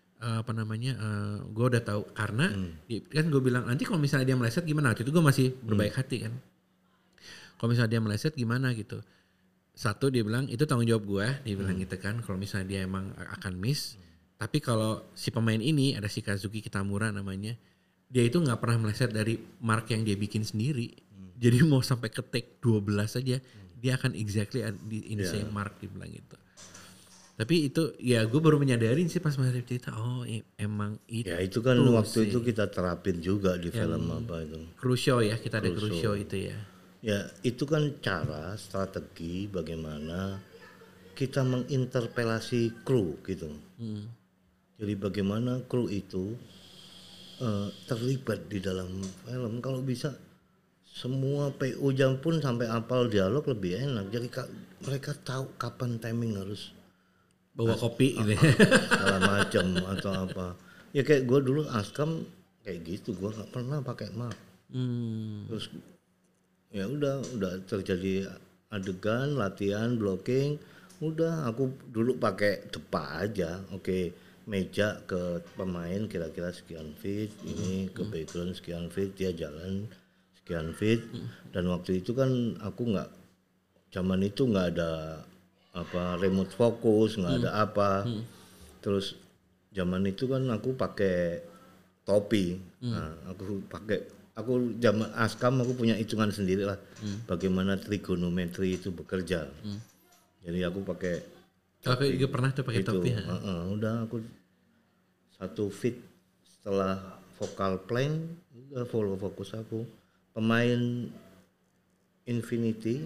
Gue udah tahu karena kan gue bilang nanti kalau misalnya dia meleset gimana. Waktu itu gue masih berbaik hati kan. Kalau misalnya dia meleset gimana gitu. satu dia bilang itu tanggung jawab gue, dia bilang gitu kan, kalau misalnya dia emang akan miss. Tapi kalau si pemain ini ada si Kazuki Kitamura namanya, dia itu nggak pernah meleset dari mark yang dia bikin sendiri. Jadi mau sampai ke take 12 aja, dia akan exactly in the same mark, dia bilang gitu. Tapi itu ya gue baru menyadarin sih pas Mas Arif cerita, oh emang itu. Ya itu kan waktu itu kita terapin juga di film apa itu. Crucio ya, kita ada Crucio itu ya. Ya itu kan cara strategi bagaimana kita menginterpelasi kru gitu. Jadi bagaimana kru itu terlibat di dalam film. Kalau bisa semua PO jam pun sampai apal dialog lebih enak. Jadi mereka tahu kapan timing harus bawa kopi gitu. segala macam atau apa. Ya kayak gue dulu Askam kayak gitu, gue nggak pernah pakai map. Terus ya udah terjadi adegan latihan blocking, udah aku dulu pakai depa aja. Oke, meja ke pemain kira-kira sekian feet, ini ke background sekian feet, dia jalan sekian feet. Dan waktu itu kan aku nggak, zaman itu nggak ada apa remote focus, nggak ada apa. Terus zaman itu kan aku pakai topi. Nah, aku zaman Askam aku punya hitungan sendiri lah bagaimana trigonometri itu bekerja. Jadi aku pakai Aku juga pernah tuh pakai topi. Udah aku 1 feet setelah focal plane udah follow fokus aku. Pemain Infinity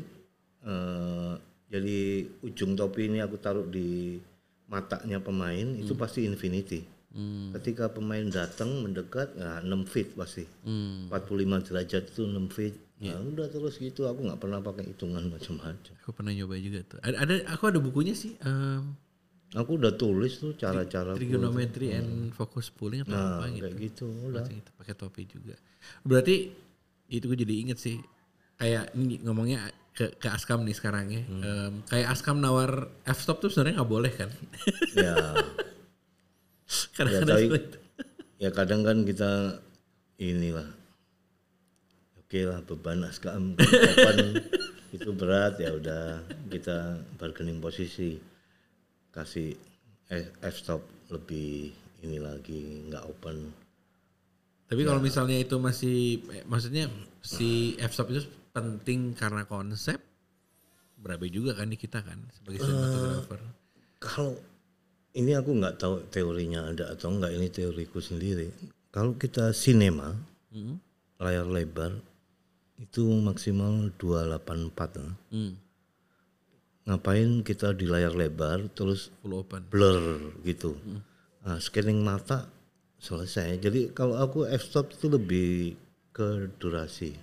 jadi ujung topi ini aku taruh di matanya pemain itu pasti Infinity. Ketika pemain datang mendekat, nah 6 feet pasti. 45 derajat itu 6 feet. Nah, udah terus gitu, aku nggak pernah pakai hitungan macam-macam. Aku pernah nyoba juga tuh. Aku ada bukunya sih. Aku udah tulis tuh cara-cara Trigonometry and focus pooling atau apa gitu. Kayak gitu, udah. Gitu, pakai topi juga. Berarti itu gue jadi inget sih. Kayak ini ngomongnya ke Askam nih sekarang ya. Kayak Askam nawar f-stop tuh sebenarnya nggak boleh kan? Ya. Kadang-kadang ya kadang kan kita inilah. Oke lah beban Askam kapan itu berat ya udah kita bargaining posisi kasih f-stop lebih ini lagi nggak open. Tapi kalau misalnya itu masih maksudnya si f-stop itu penting karena konsep berapa juga kan di kita kan sebagai cinematographer. Kalau ini aku nggak tahu teorinya ada atau enggak, ini teoriku sendiri. Kalau kita sinema layar lebar itu maksimal 284. Ngapain kita di layar lebar terus Full open blur gitu. Nah, scanning mata selesai. Jadi kalau aku f-stop itu lebih ke durasi.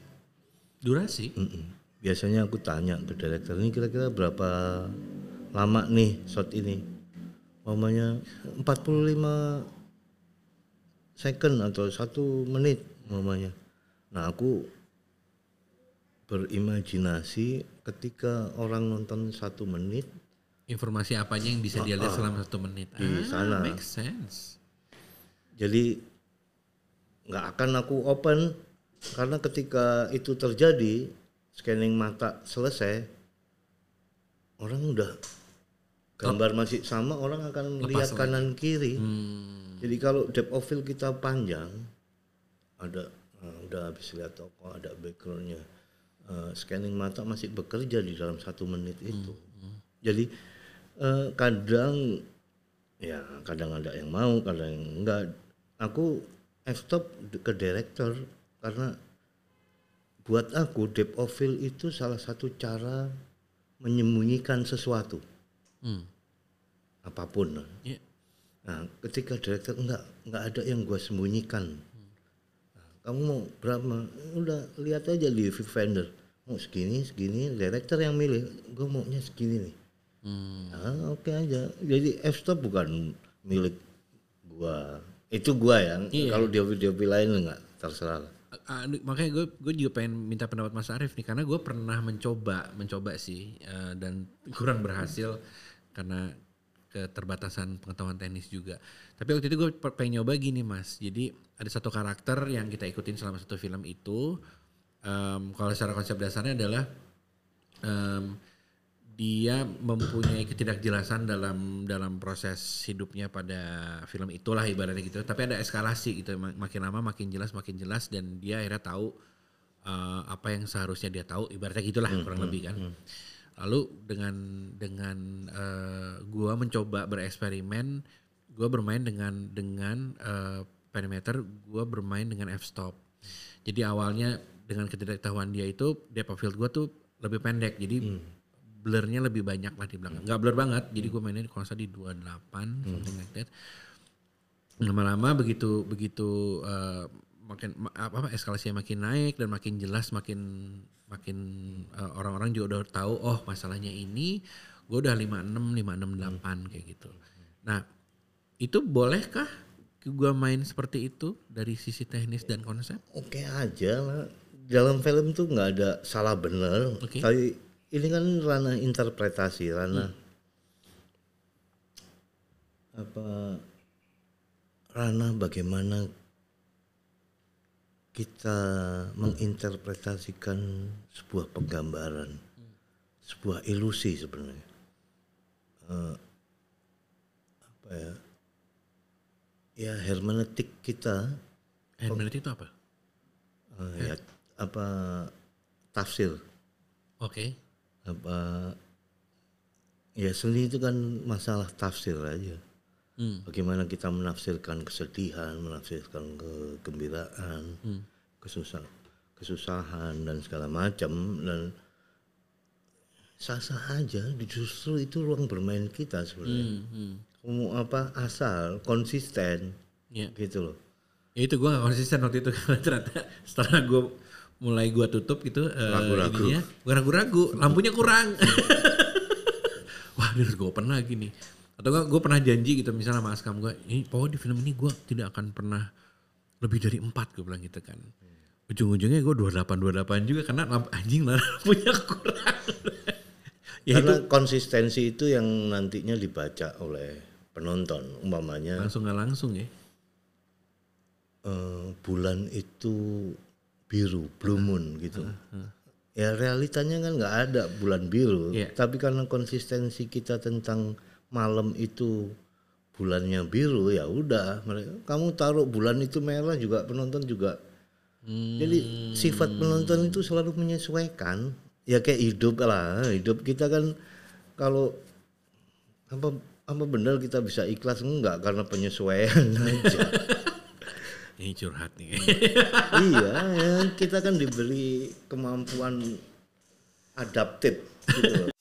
Biasanya aku tanya ke director, ini kira-kira berapa lama nih shot ini? Umpamanya 45 second atau 1 menit umpamanya. Nah, aku berimajinasi ketika orang nonton 1 menit, informasi apanya yang bisa dia lihat selama 1 menit di sana. Make sense. Jadi nggak akan aku open karena ketika itu terjadi scanning mata selesai, orang udah gambar masih sama, orang akan lihat kanan kiri. Jadi kalau depth of field kita panjang, ada udah habis lihat tokoh, ada backgroundnya, scanning mata masih bekerja di dalam 1 menit itu. Jadi kadang ada yang mau, kadang yang enggak. Aku f-stop ke director karena buat aku depth of field itu salah satu cara menyembunyikan sesuatu. Apapun. Yeah. Nah, ketika director enggak ada yang gua sembunyikan. Nah, kamu mau berapa? Udah lihat aja di viewfinder. Mau segini, director yang milih. Gua maunya segini nih. Nah, oke aja. Jadi f-stop bukan milik gua. Itu gua yang kalau dia lain enggak terserah. Makanya gue juga pengen minta pendapat Mas Arif nih, karena gue pernah mencoba sih dan kurang berhasil karena keterbatasan pengetahuan teknis juga. Tapi waktu itu gue pengen nyoba gini Mas, jadi ada satu karakter yang kita ikutin selama 1 film itu. Kalau secara konsep dasarnya adalah dia mempunyai ketidakjelasan dalam proses hidupnya pada film itulah ibaratnya gitu. Tapi ada eskalasi gitu, makin lama makin jelas dan dia akhirnya tahu apa yang seharusnya dia tahu, ibaratnya gitulah kurang lebih kan. Lalu dengan gua mencoba bereksperimen, gua bermain dengan parameter, gua bermain dengan f-stop. Jadi awalnya dengan ketidaktahuan dia itu depth of field gua tuh lebih pendek, jadi blurnya lebih banyak lah di belakang. Nggak blur banget, jadi gue mainnya kalau di 28 something like that. Lama-lama begitu makin eskalasinya makin naik dan makin jelas, makin orang-orang juga udah tahu masalahnya ini gue udah 56, 58 kayak gitu. Nah, itu bolehkah gue main seperti itu dari sisi teknis dan konsep? Oke aja lah. Dalam film tuh nggak ada salah benar. Tapi ini kan ranah interpretasi, ranah ranah bagaimana kita menginterpretasikan sebuah penggambaran, sebuah ilusi sebenarnya. Ya hermeneutik kita. Hermeneutik itu apa? Tafsir. Oke. Ya seni itu kan masalah tafsir aja. Bagaimana kita menafsirkan kesedihan, menafsirkan kegembiraan, kesusahan dan segala macam, dan sah-sah aja. Justru itu ruang bermain kita sebenarnya. Asal konsisten, gitu loh. Ya itu gue gak konsisten waktu itu karena ternyata setelah gue mulai gue tutup gitu ragu-ragu, lampunya kurang. Wah harus gue open lagi nih. Atau gue pernah janji gitu misalnya sama Askam gue, ini pokoknya di film ini gue tidak akan pernah lebih dari 4, gue bilang gitu kan. Ujung-ujungnya gue 28 juga karena lampunya kurang. Ya karena itu, konsistensi itu yang nantinya dibaca oleh penonton, umpamanya. Langsung gak langsung ya. Bulan itu biru, blue moon gitu. Ya realitanya kan nggak ada bulan biru, tapi karena konsistensi kita tentang malam itu bulannya biru, ya udah. Kamu taruh bulan itu merah juga penonton juga. Jadi sifat penonton itu selalu menyesuaikan. Ya kayak hidup lah, hidup kita kan kalau apa benar kita bisa ikhlas enggak karena penyesuaian aja. Ini curhat nih. Iya, ya, kita kan diberi kemampuan adaptif gitu loh.